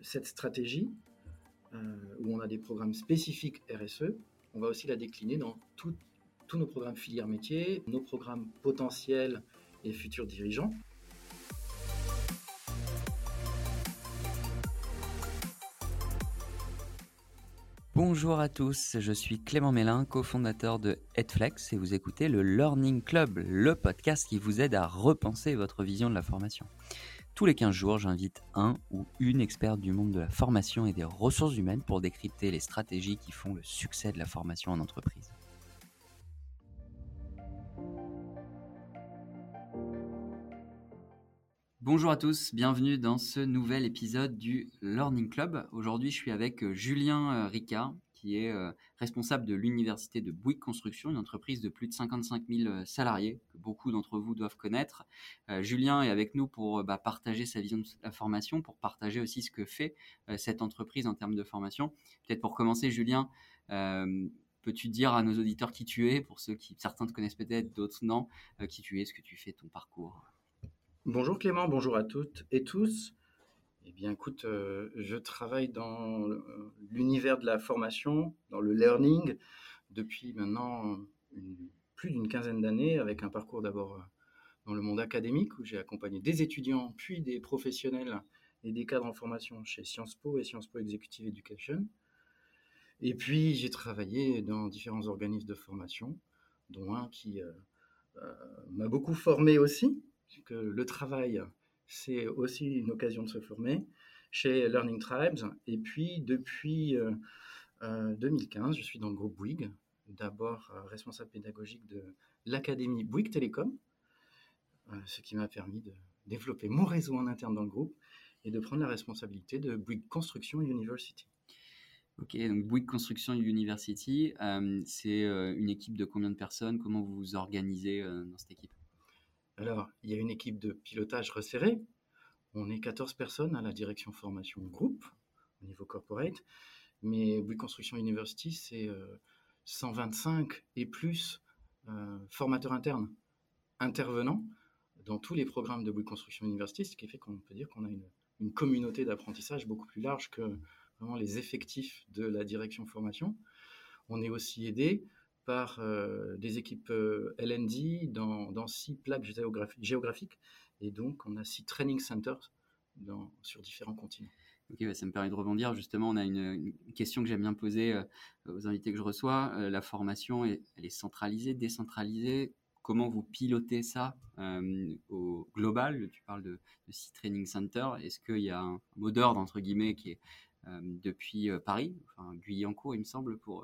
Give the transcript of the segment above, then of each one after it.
cette stratégie, où on a des programmes spécifiques RSE, on va aussi la décliner dans tous nos programmes filières métiers, nos programmes potentiels et futurs dirigeants. Bonjour à tous, je suis Clément Mélin, cofondateur de Edflex et vous écoutez le Learning Club, le podcast qui vous aide à repenser votre vision de la formation. Tous les 15 jours, j'invite un ou une experte du monde de la formation et des ressources humaines pour décrypter les stratégies qui font le succès de la formation en entreprise. Bonjour à tous, bienvenue dans ce nouvel épisode du Learning Club. Aujourd'hui, je suis avec Julien Ricard, qui est responsable de l'université de Bouygues Construction, une entreprise de plus de 55 000 salariés que beaucoup d'entre vous doivent connaître. Julien est avec nous pour partager sa vision de la formation, pour partager aussi ce que fait cette entreprise en termes de formation. Peut-être pour commencer, Julien, peux-tu dire à nos auditeurs qui tu es, pour ceux qui, certains te connaissent peut-être, d'autres non, qui tu es, ce que tu fais, ton parcours? Bonjour Clément, bonjour à toutes et tous. Eh bien écoute, je travaille dans l'univers de la formation, dans le learning, depuis maintenant plus d'une quinzaine d'années, avec un parcours d'abord dans le monde académique, où j'ai accompagné des étudiants, puis des professionnels et des cadres en formation chez Sciences Po et Sciences Po Executive Education. Et puis j'ai travaillé dans différents organismes de formation, dont un qui m'a beaucoup formé aussi, que le travail, c'est aussi une occasion de se former, chez Learning Tribes. Et puis, depuis 2015, je suis dans le groupe Bouygues, d'abord responsable pédagogique de l'académie Bouygues Télécom, ce qui m'a permis de développer mon réseau en interne dans le groupe et de prendre la responsabilité de Bouygues Construction University. Ok, donc Bouygues Construction University, c'est une équipe de combien de personnes? Comment vous vous organisez dans cette équipe? Alors, il y a une équipe de pilotage resserrée. On est 14 personnes à la direction formation groupe, au niveau corporate. Mais Bouygues Construction University, c'est 125 et plus formateurs internes intervenants dans tous les programmes de Bouygues Construction University, ce qui fait qu'on peut dire qu'on a une communauté d'apprentissage beaucoup plus large que vraiment les effectifs de la direction formation. On est aussi aidé par des équipes L&D dans 6 plaques géographiques, et donc on a 6 training centers sur différents continents. Ok, ça me permet de rebondir. Justement, on a une question que j'aime bien poser aux invités que je reçois. La formation, elle est centralisée, décentralisée? Comment vous pilotez ça au global? Tu parles de 6 training centers. Est-ce qu'il y a un mot d'ordre, entre guillemets, qui est depuis Paris, enfin Guyancourt, il me semble, pour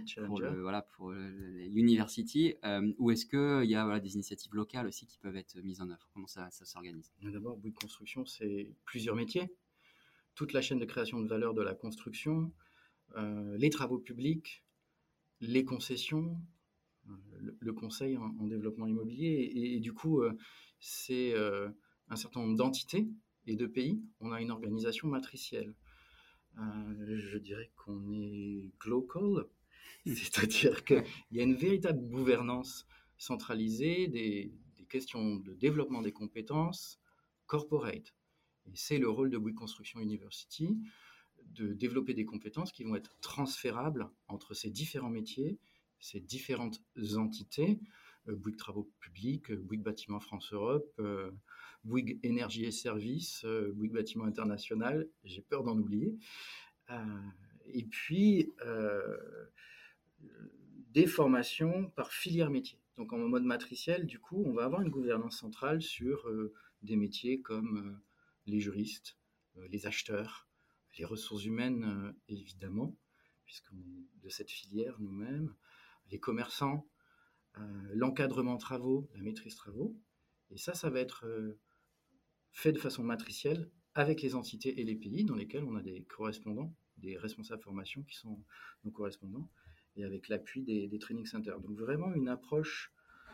l'university, ou est-ce qu'il y a des initiatives locales aussi qui peuvent être mises en œuvre? Comment ça s'organise? D'abord, Bouygues Construction, c'est plusieurs métiers. Toute la chaîne de création de valeur de la construction, les travaux publics, les concessions, le conseil en développement immobilier. Et du coup, c'est un certain nombre d'entités et de pays. On a une organisation matricielle. Je dirais qu'on est global, c'est-à-dire qu'il y a une véritable gouvernance centralisée des questions de développement des compétences corporate. Et c'est le rôle de Bouygues Construction University de développer des compétences qui vont être transférables entre ces différents métiers, ces différentes entités, Bouygues Travaux Publics, Bouygues Bâtiments France-Europe, Bouygues Énergie et Services, Bouygues Bâtiments International, j'ai peur d'en oublier. Et puis, des formations par filière métier. Donc en mode matriciel, du coup, on va avoir une gouvernance centrale sur des métiers comme les juristes, les acheteurs, les ressources humaines, évidemment, puisqu'on est de cette filière nous-mêmes, les commerçants, l'encadrement travaux, la maîtrise travaux. Et ça va être fait de façon matricielle avec les entités et les pays dans lesquels on a des correspondants, des responsables formation qui sont nos correspondants, et avec l'appui des training centers. Donc vraiment une approche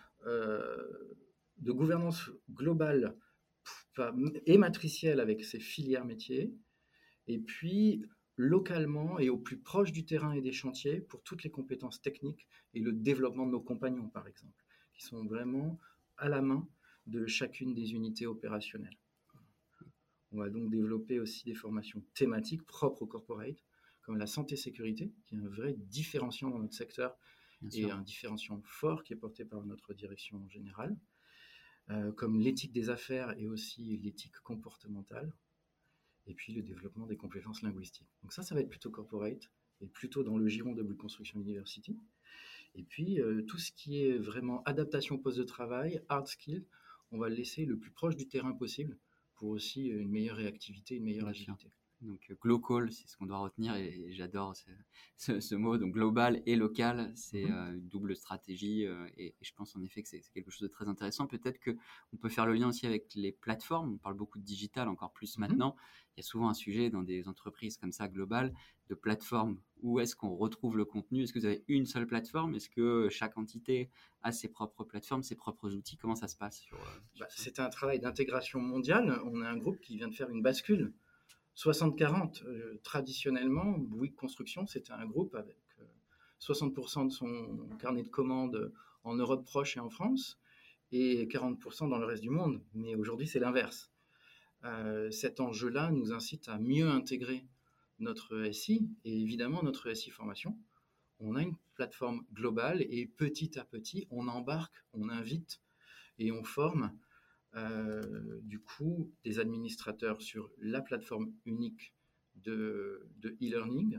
de gouvernance globale et matricielle avec ces filières métiers, et puis localement et au plus proche du terrain et des chantiers pour toutes les compétences techniques et le développement de nos compagnons, par exemple, qui sont vraiment à la main de chacune des unités opérationnelles. On va donc développer aussi des formations thématiques propres au corporate, comme la santé-sécurité, qui est un vrai différenciant dans notre secteur et un différenciant fort qui est porté par notre direction générale, comme l'éthique des affaires et aussi l'éthique comportementale, et puis le développement des compétences linguistiques. Donc ça va être plutôt corporate et plutôt dans le giron de Bouygues Construction University. Et puis tout ce qui est vraiment adaptation au poste de travail, hard skills, on va le laisser le plus proche du terrain possible pour aussi une meilleure réactivité, une meilleure agilité. Donc global, c'est ce qu'on doit retenir et j'adore ce mot. Donc global et local, c'est une double stratégie et je pense en effet que c'est quelque chose de très intéressant. Peut-être qu'on peut faire le lien aussi avec les plateformes. On parle beaucoup de digital, encore plus maintenant. Il y a souvent un sujet dans des entreprises comme ça globales de plateforme. Où est-ce qu'on retrouve le contenu? Est-ce que vous avez une seule plateforme? Est-ce que chaque entité a ses propres plateformes, ses propres outils? Comment ça se passe sur C'est un travail d'intégration mondiale. On a un groupe qui vient de faire une bascule 60-40, traditionnellement, Bouygues Construction, c'était un groupe avec 60% de son carnet de commandes en Europe proche et en France, et 40% dans le reste du monde. Mais aujourd'hui, c'est l'inverse. Cet enjeu-là nous incite à mieux intégrer notre SI, et évidemment notre SI formation. On a une plateforme globale, et petit à petit, on embarque, on invite, et on forme du coup des administrateurs sur la plateforme unique de e-learning,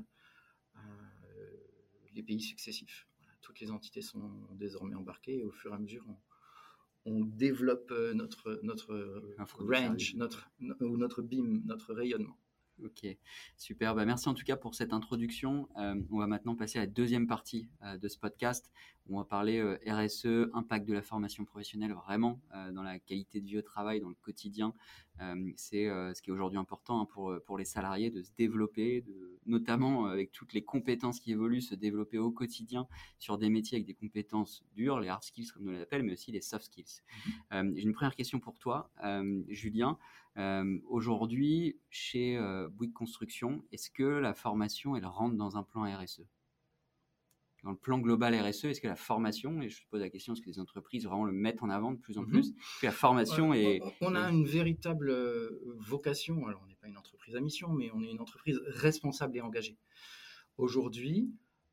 les pays successifs. Voilà, toutes les entités sont désormais embarquées et au fur et à mesure, on développe notre range, notre BIM, notre rayonnement. Ok, super. Merci en tout cas pour cette introduction. On va maintenant passer à la deuxième partie de ce podcast. On va parler RSE, impact de la formation professionnelle vraiment dans la qualité de vie au travail, dans le quotidien. C'est ce qui est aujourd'hui important pour les salariés de se développer, notamment avec toutes les compétences qui évoluent, se développer au quotidien sur des métiers avec des compétences dures, les hard skills comme on les appelle, mais aussi les soft skills. J'ai une première question pour toi, Julien. Aujourd'hui, chez Bouygues Construction, est-ce que la formation, elle rentre dans un plan RSE? Dans le plan global RSE, est-ce que la formation, et je te pose la question, est-ce que les entreprises vraiment le mettent en avant de plus en plus? Est-ce que la formation on a une véritable vocation, alors on n'est pas une entreprise à mission, mais on est une entreprise responsable et engagée. Aujourd'hui,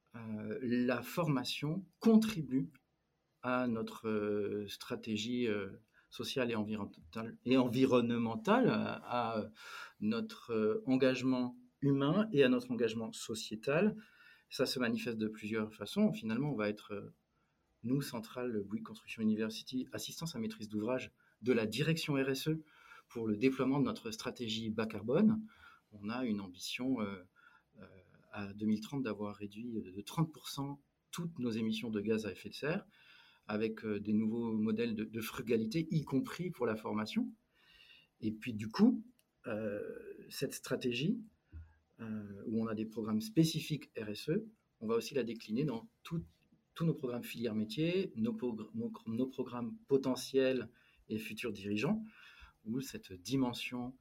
la formation contribue à notre stratégie sociale et environnementale, à notre engagement humain et à notre engagement sociétal. Ça se manifeste de plusieurs façons. Finalement, on va être, nous, Centrale Bouygues Construction University, assistance à maîtrise d'ouvrage de la direction RSE pour le déploiement de notre stratégie bas carbone. On a une ambition à 2030 d'avoir réduit de 30% toutes nos émissions de gaz à effet de serre, avec des nouveaux modèles de frugalité, y compris pour la formation. Et puis du coup, cette stratégie, où on a des programmes spécifiques RSE, on va aussi la décliner dans tous nos programmes filières métiers, nos programmes potentiels et futurs dirigeants, où cette dimension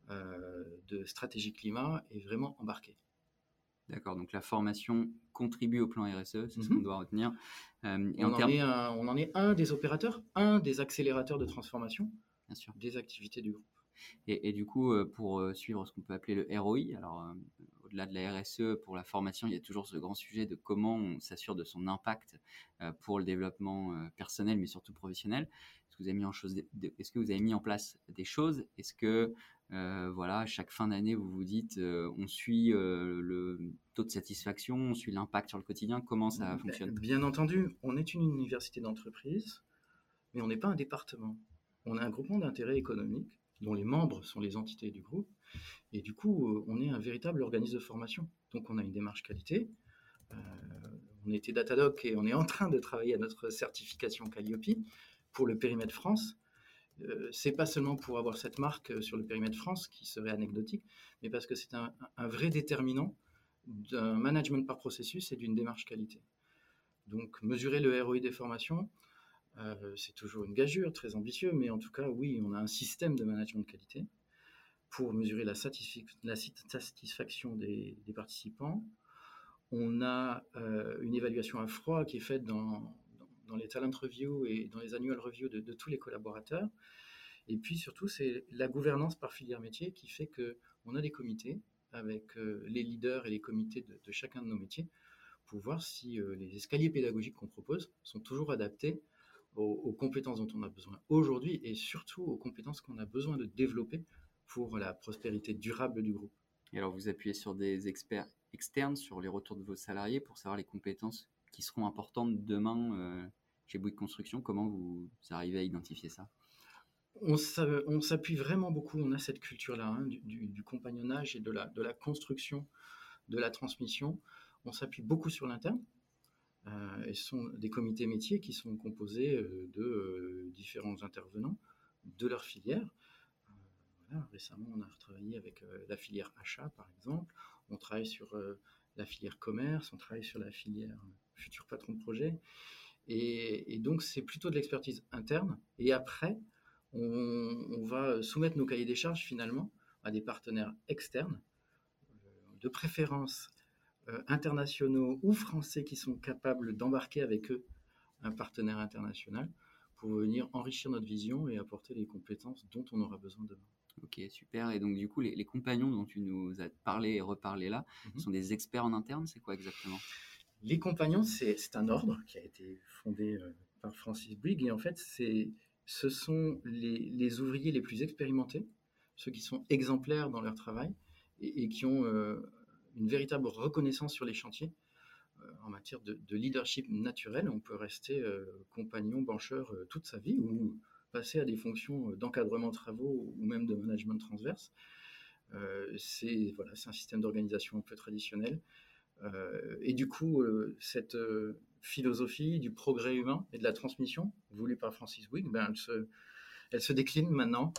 de stratégie climat est vraiment embarquée. D'accord, donc la formation contribue au plan RSE, c'est ce qu'on doit retenir. On en est un des opérateurs, un des accélérateurs de transformation des activités du groupe. Et du coup, pour suivre ce qu'on peut appeler le ROI, alors au-delà de la RSE, pour la formation, il y a toujours ce grand sujet de comment on s'assure de son impact pour le développement personnel, mais surtout professionnel. Est-ce que vous avez mis en place des choses? Est-ce que chaque fin d'année, vous vous dites, on suit le taux de satisfaction, on suit l'impact sur le quotidien? Comment ça fonctionne? Bien entendu, on est une université d'entreprise, mais on n'est pas un département. On a un groupement d'intérêt économique dont les membres sont les entités du groupe. Et du coup, on est un véritable organisme de formation. Donc, on a une démarche qualité. On était Datadoc et on est en train de travailler à notre certification Calliope pour le périmètre France. C'est pas seulement pour avoir cette marque sur le périmètre France qui serait anecdotique, mais parce que c'est un vrai déterminant d'un management par processus et d'une démarche qualité. Donc, mesurer le ROI des formations, c'est toujours une gageure, très ambitieux, mais en tout cas, oui, on a un système de management de qualité pour mesurer la satisfaction des participants. On a une évaluation à froid qui est faite dans les talent reviews et dans les annual reviews de tous les collaborateurs. Et puis surtout, c'est la gouvernance par filière métier qui fait qu'on a des comités avec les leaders et les comités de chacun de nos métiers pour voir si les escaliers pédagogiques qu'on propose sont toujours adaptés aux compétences dont on a besoin aujourd'hui et surtout aux compétences qu'on a besoin de développer pour la prospérité durable du groupe. Et alors, vous appuyez sur des experts externes, sur les retours de vos salariés pour savoir les compétences qui seront importantes demain chez Bouygues Construction. Comment vous arrivez à identifier ça? On s'appuie vraiment beaucoup, on a cette culture-là, hein, du compagnonnage et de la construction, de la transmission. On s'appuie beaucoup sur l'interne. Et ce sont des comités métiers qui sont composés de différents intervenants de leur filière. Voilà, récemment, on a travaillé avec la filière achat, par exemple. On travaille sur la filière commerce, on travaille sur la filière futur patron de projet. Et donc, c'est plutôt de l'expertise interne. Et après, on va soumettre nos cahiers des charges, finalement, à des partenaires externes, de préférence internationaux ou français qui sont capables d'embarquer avec eux un partenaire international pour venir enrichir notre vision et apporter les compétences dont on aura besoin demain. Ok, super. Et donc, du coup, les compagnons dont tu nous as parlé et reparlé là sont des experts en interne. C'est quoi exactement? Les compagnons, c'est un ordre qui a été fondé par Francis Bouygues. Et en fait, ce sont les ouvriers les plus expérimentés, ceux qui sont exemplaires dans leur travail et qui ont une véritable reconnaissance sur les chantiers. En matière de leadership naturel, on peut rester compagnon, bancheur toute sa vie ou passer à des fonctions d'encadrement de travaux ou même de management transverse. C'est un système d'organisation un peu traditionnel. Et du coup, cette philosophie du progrès humain et de la transmission voulue par Francis Bouygues, elle se décline maintenant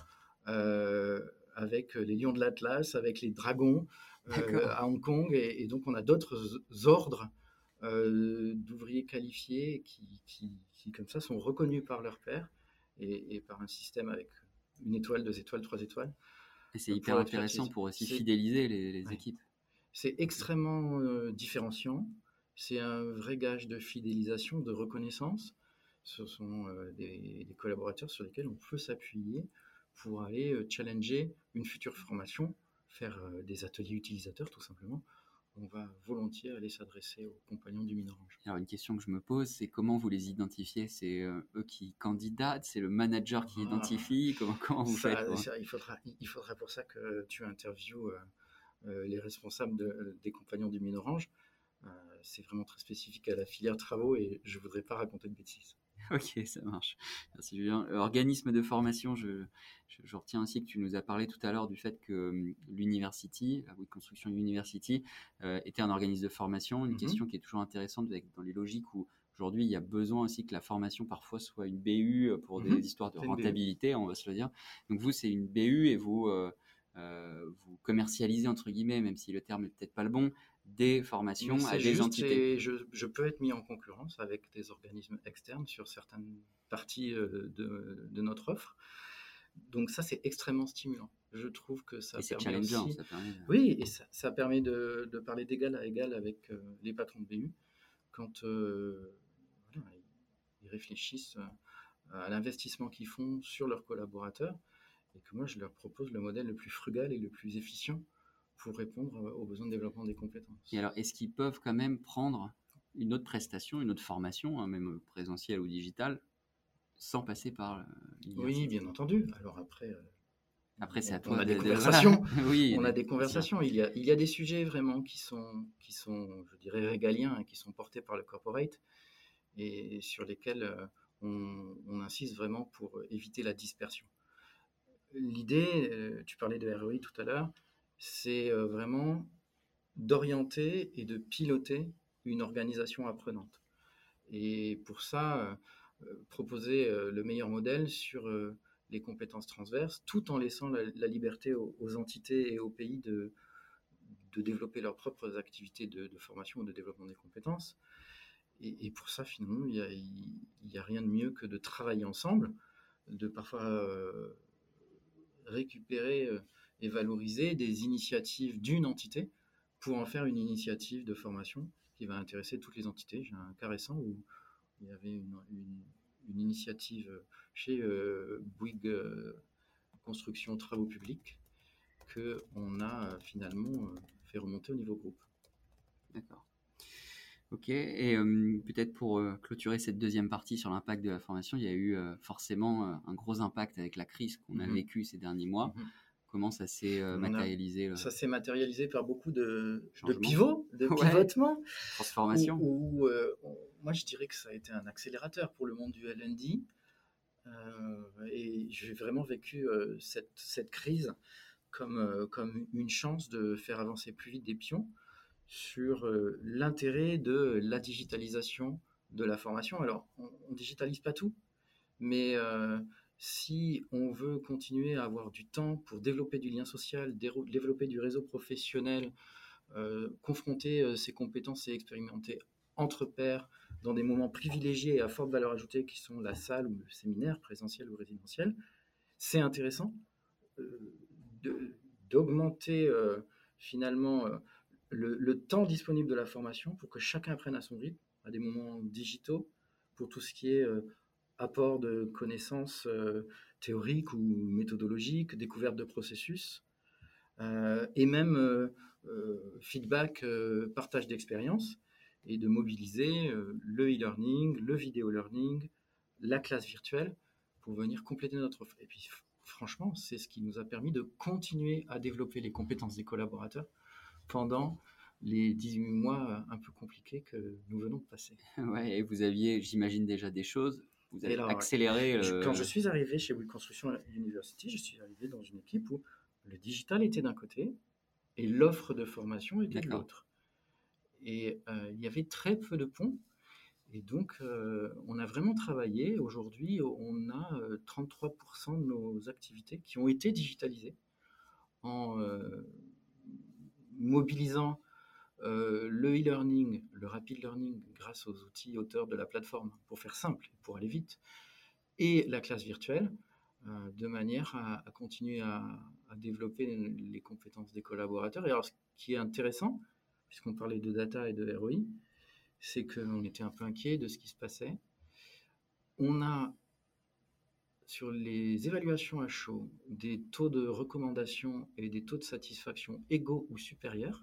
avec les Lions de l'Atlas, avec les Dragons à Hong Kong. Et donc, on a d'autres ordres d'ouvriers qualifiés qui, comme ça, sont reconnus par leur pairs et par un système avec une étoile, 2 étoiles, 3 étoiles. Et c'est hyper intéressant pour aussi fidéliser les équipes. C'est extrêmement différenciant. C'est un vrai gage de fidélisation, de reconnaissance. Ce sont des collaborateurs sur lesquels on peut s'appuyer pour aller challenger une future formation, faire des ateliers utilisateurs tout simplement. On va volontiers aller s'adresser aux compagnons du Mine-Orange. Alors, une question que je me pose, c'est comment vous les identifiez? C'est eux qui candidatent? C'est le manager qui identifie? Comment vous faites? Il faudra pour ça que tu interviewes les responsables des compagnons du Mine-Orange. C'est vraiment très spécifique à la filière travaux et je ne voudrais pas raconter de bêtises. Ok, ça marche. Merci Julien. Organisme de formation, je retiens aussi que tu nous as parlé tout à l'heure du fait que l'University, la Bouygues Construction University, était un organisme de formation. Une question qui est toujours intéressante dans les logiques où aujourd'hui il y a besoin aussi que la formation parfois soit une BU pour des histoires de rentabilité, on va se le dire. Donc vous, c'est une BU et vous commercialisez entre guillemets, même si le terme n'est peut-être pas le bon, des formations à des entités. Je peux être mis en concurrence avec des organismes externes sur certaines parties de notre offre. Donc ça, c'est extrêmement stimulant. Je trouve que ça permet aussi... ça permet... Oui, et ça permet de parler d'égal à égal avec les patrons de BU quand ils réfléchissent à l'investissement qu'ils font sur leurs collaborateurs et que moi, je leur propose le modèle le plus frugal et le plus efficient pour répondre aux besoins de développement des compétences. Et alors, est-ce qu'ils peuvent quand même prendre une autre prestation, une autre formation, hein, même présentielle ou digitale, sans passer par l'université? Oui, bien entendu. Alors après, c'est à toi. On a des conversations. Oui, on a des conversations. Il y a des sujets vraiment qui sont, je dirais, régaliens, qui sont portés par le corporate et sur lesquels on insiste vraiment pour éviter la dispersion. L'idée, tu parlais de ROI tout à l'heure, c'est vraiment d'orienter et de piloter une organisation apprenante. Et pour ça, proposer le meilleur modèle sur les compétences transverses, tout en laissant la liberté aux entités et aux pays de développer leurs propres activités de formation ou de développement des compétences. Et pour ça, finalement, il n'y a rien de mieux que de travailler ensemble, de parfois récupérer et valoriser des initiatives d'une entité pour en faire une initiative de formation qui va intéresser toutes les entités. J'ai un cas récent où il y avait une initiative chez Bouygues construction, travaux publics, qu'on a finalement fait remonter au niveau groupe. D'accord. Ok, et peut-être pour clôturer cette deuxième partie sur l'impact de la formation, il y a eu forcément un gros impact avec la crise qu'on a vécue ces derniers mois. Comment ça s'est matérialisé Ça s'est matérialisé par beaucoup de changement. pivots, de pivotements. Transformation. Moi, je dirais que ça a été un accélérateur pour le monde du L&D. Et j'ai vraiment vécu cette crise comme une chance de faire avancer plus vite des pions sur l'intérêt de la digitalisation de la formation. Alors, on ne digitalise pas tout, mais si on veut continuer à avoir du temps pour développer du lien social, développer du réseau professionnel, confronter ses compétences et expérimenter entre pairs dans des moments privilégiés et à forte valeur ajoutée qui sont la salle ou le séminaire, présentiel ou résidentiel, c'est intéressant d'augmenter finalement le temps disponible de la formation pour que chacun apprenne à son rythme, à des moments digitaux, pour tout ce qui est apport de connaissances théoriques ou méthodologiques, découverte de processus, et même feedback, partage d'expérience, et de mobiliser le e-learning, le vidéo learning, la classe virtuelle, pour venir compléter notre offre. Et puis franchement, c'est ce qui nous a permis de continuer à développer les compétences des collaborateurs pendant les 18 mois un peu compliqués que nous venons de passer. Ouais, et vous aviez, j'imagine, déjà des choses. Vous avez accéléré. Quand je suis arrivé chez Bouygues Construction University, je suis arrivé dans une équipe où le digital était d'un côté et l'offre de formation était de l'autre. Et il y avait très peu de ponts. Et donc, on a vraiment travaillé. Aujourd'hui, on a 33% de nos activités qui ont été digitalisées en mobilisant le e-learning, le rapid learning grâce aux outils auteurs de la plateforme, pour faire simple, pour aller vite, et la classe virtuelle, de manière à continuer à développer les compétences des collaborateurs. Et alors, ce qui est intéressant, puisqu'on parlait de data et de ROI, c'est qu'on était un peu inquiet de ce qui se passait. On a, sur les évaluations à chaud, des taux de recommandation et des taux de satisfaction égaux ou supérieurs.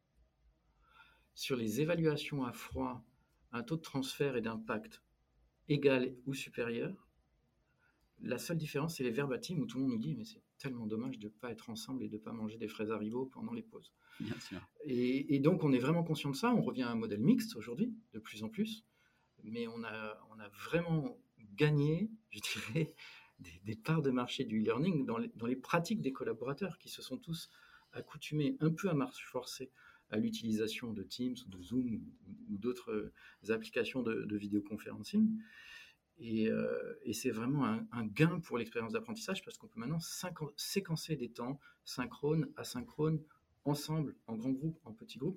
Sur les évaluations à froid, un taux de transfert et d'impact égal ou supérieur. La seule différence, c'est les verbatims où tout le monde nous dit « mais c'est tellement dommage de ne pas être ensemble et de ne pas manger des fraises Haribo pendant les pauses ». Bien sûr. Et donc, on est vraiment conscient de ça. On revient à un modèle mixte aujourd'hui, de plus en plus. Mais on a vraiment gagné, je dirais, des parts de marché du e-learning dans les pratiques des collaborateurs qui se sont tous accoutumés un peu à marche forcée à l'utilisation de Teams, de Zoom ou d'autres applications de vidéoconferencing. Et c'est vraiment un gain pour l'expérience d'apprentissage parce qu'on peut maintenant séquencer des temps synchrones, asynchrones, ensemble, en grands groupes, en petits groupes,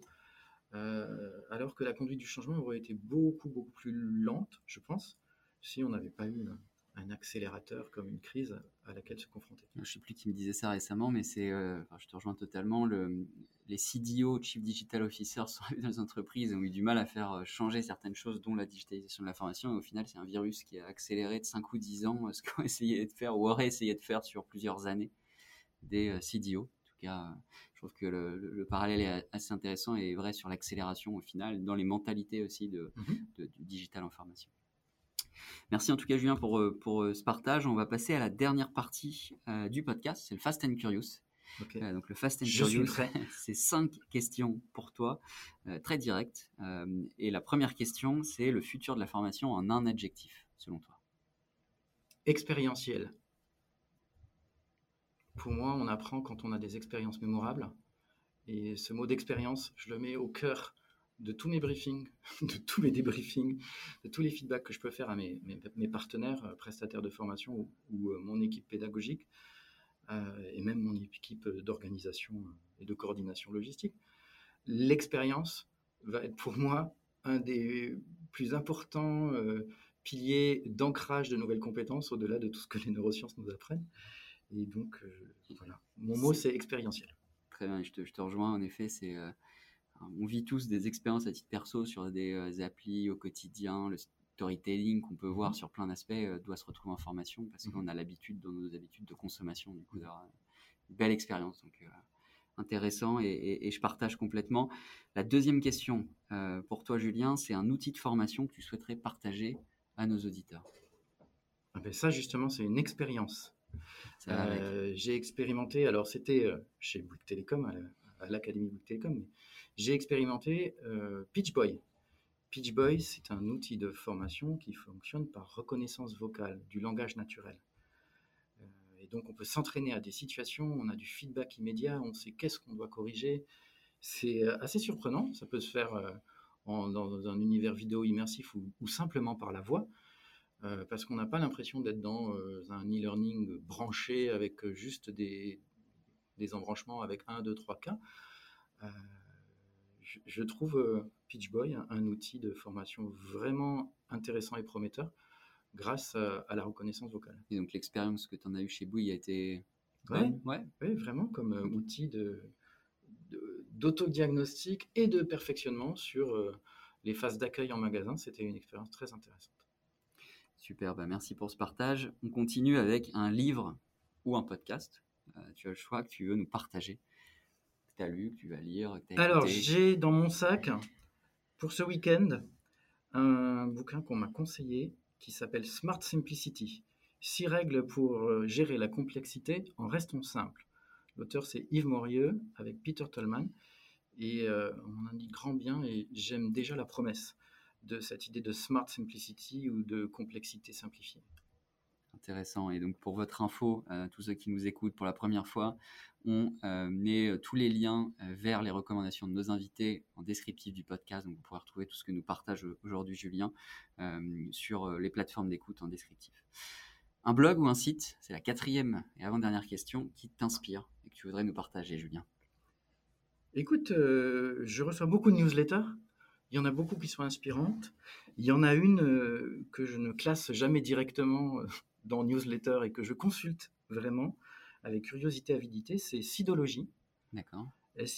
alors que la conduite du changement aurait été beaucoup, beaucoup plus lente, je pense, si on n'avait pas eu un accélérateur comme une crise à laquelle se confronter. Je ne sais plus qui me disait ça récemment, mais je te rejoins totalement. Les CDO, Chief Digital Officers, sont arrivés dans les entreprises et ont eu du mal à faire changer certaines choses, dont la digitalisation de la formation. Et au final, c'est un virus qui a accéléré de 5 ou 10 ans ce qu'on essayait de faire ou aurait essayé de faire sur plusieurs années des CDO. En tout cas, je trouve que le parallèle est assez intéressant et vrai sur l'accélération au final, dans les mentalités aussi du digital en formation. Merci en tout cas Julien pour ce partage. On va passer à la dernière partie du podcast, c'est le Fast and Curious. Okay. Donc le Fast and Curious, c'est 5 questions pour toi, très directes. Et la première question, c'est le futur de la formation en un adjectif, selon toi. Expérientiel. Pour moi, on apprend quand on a des expériences mémorables. Et ce mot d'expérience, je le mets au cœur de tous mes briefings, de tous mes débriefings, de tous les feedbacks que je peux faire à mes partenaires, prestataires de formation ou mon équipe pédagogique, et même mon équipe d'organisation et de coordination logistique. L'expérience va être pour moi un des plus importants piliers d'ancrage de nouvelles compétences au-delà de tout ce que les neurosciences nous apprennent. Et donc, voilà, mon mot, c'est expérientiel. Très bien, je te rejoins. En effet, on vit tous des expériences à titre perso sur des applis au quotidien, storytelling qu'on peut voir sur plein d'aspects doit se retrouver en formation parce qu'on a l'habitude, dans nos habitudes de consommation, du coup, d'avoir une belle expérience. Donc, intéressant et je partage complètement. La deuxième question pour toi, Julien, c'est un outil de formation que tu souhaiterais partager à nos auditeurs. Ah ben ça, justement, c'est une expérience. Ça va avec. J'ai expérimenté, alors c'était chez Bouygues Télécom, à l'Académie Bouygues Télécom, mais j'ai expérimenté Pitch Boy. Pitch Boy, c'est un outil de formation qui fonctionne par reconnaissance vocale du langage naturel. Et donc, on peut s'entraîner à des situations, on a du feedback immédiat, on sait qu'est-ce qu'on doit corriger. C'est assez surprenant, ça peut se faire dans un univers vidéo immersif ou simplement par la voix, parce qu'on n'a pas l'impression d'être dans un e-learning branché avec juste des embranchements avec 1, 2, 3 cas. Je trouve Pitch Boy un outil de formation vraiment intéressant et prometteur grâce à la reconnaissance vocale. Et donc l'expérience que tu en as eue chez Bouygues a été bonne? Ouais, vraiment comme outil d'autodiagnostic et de perfectionnement sur les phases d'accueil en magasin. C'était une expérience très intéressante. Super, merci pour ce partage. On continue avec un livre ou un podcast. Tu as le choix que tu veux nous partager, que tu as lu, que tu vas lire, que tu as Alors, écouté. j'ai dans mon sac, pour ce week-end, un bouquin qu'on m'a conseillé qui s'appelle Smart Simplicity. 6 règles pour gérer la complexité en restant simple. L'auteur, c'est Yves Morieux avec Peter Tolman. Et on en dit grand bien et j'aime déjà la promesse de cette idée de Smart Simplicity ou de complexité simplifiée. Intéressant. Et donc, pour votre info, tous ceux qui nous écoutent pour la première fois, on met tous les liens vers les recommandations de nos invités en descriptif du podcast. Donc, vous pourrez retrouver tout ce que nous partage aujourd'hui Julien sur les plateformes d'écoute en descriptif. Un blog ou un site, c'est la 4e et avant-dernière question, qui t'inspire et que tu voudrais nous partager, Julien? Écoute, je reçois beaucoup de newsletters. Il y en a beaucoup qui sont inspirantes. Il y en a une que je ne classe jamais directement dans newsletter et que je consulte vraiment avec curiosité, avidité, c'est Sidologie. D'accord.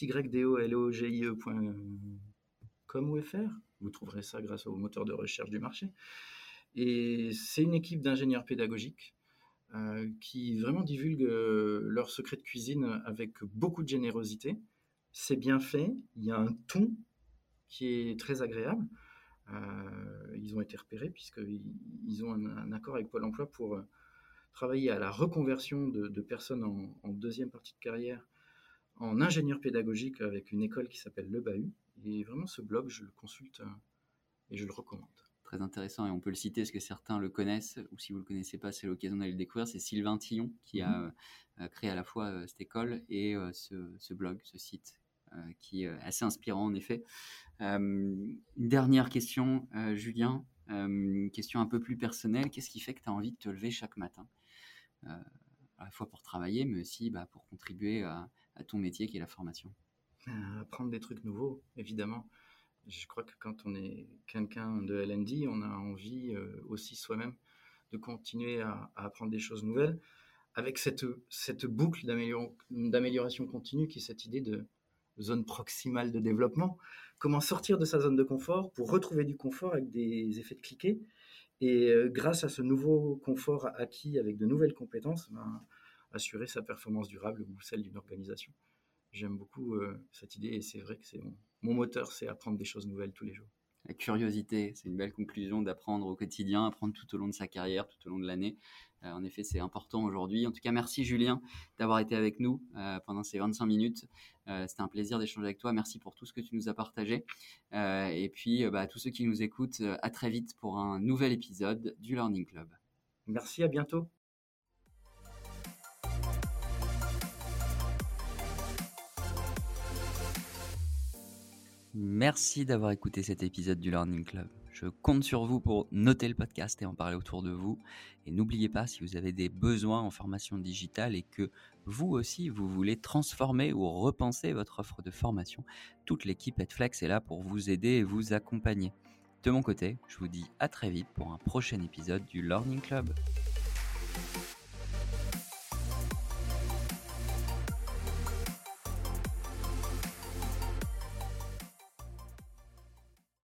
SYDOLOGIE.com ou .fr. Vous trouverez ça grâce au moteur de recherche du marché. Et c'est une équipe d'ingénieurs pédagogiques qui vraiment divulguent leurs secrets de cuisine avec beaucoup de générosité. C'est bien fait, il y a un ton qui est très agréable. Ils ont été repérés puisqu'ils ont un accord avec Pôle emploi pour travailler à la reconversion de personnes en deuxième partie de carrière en ingénieur pédagogique avec une école qui s'appelle Le Bahut. Et vraiment, ce blog, je le consulte et je le recommande. Très intéressant, et on peut le citer parce que certains le connaissent, ou si vous ne le connaissez pas, c'est l'occasion d'aller le découvrir. C'est Sylvain Tillon qui a créé à la fois cette école et ce blog, ce site, qui est assez inspirant en effet. Une dernière question, Julien, une question un peu plus personnelle. Qu'est-ce qui fait que tu as envie de te lever chaque matin, à la fois pour travailler, mais aussi pour contribuer à ton métier qui est la formation? Apprendre des trucs nouveaux, évidemment. Je crois que quand on est quelqu'un de L&D, on a envie aussi soi-même de continuer à apprendre des choses nouvelles avec cette boucle d'amélioration continue qui est cette idée de zone proximale de développement. Comment sortir de sa zone de confort pour retrouver du confort avec des effets de cliquet et grâce à ce nouveau confort acquis avec de nouvelles compétences, assurer sa performance durable ou celle d'une organisation. J'aime beaucoup cette idée et c'est vrai que c'est mon moteur, c'est apprendre des choses nouvelles tous les jours. La curiosité, c'est une belle conclusion d'apprendre au quotidien, apprendre tout au long de sa carrière, tout au long de l'année. En effet, c'est important aujourd'hui. En tout cas, merci Julien d'avoir été avec nous pendant ces 25 minutes. C'était un plaisir d'échanger avec toi. Merci pour tout ce que tu nous as partagé. Et puis, à tous ceux qui nous écoutent, à très vite pour un nouvel épisode du Learning Club. Merci, à bientôt. Merci d'avoir écouté cet épisode du Learning Club. Je compte sur vous pour noter le podcast et en parler autour de vous. Et n'oubliez pas, si vous avez des besoins en formation digitale et que vous aussi, vous voulez transformer ou repenser votre offre de formation, toute l'équipe Edflex est là pour vous aider et vous accompagner. De mon côté, je vous dis à très vite pour un prochain épisode du Learning Club.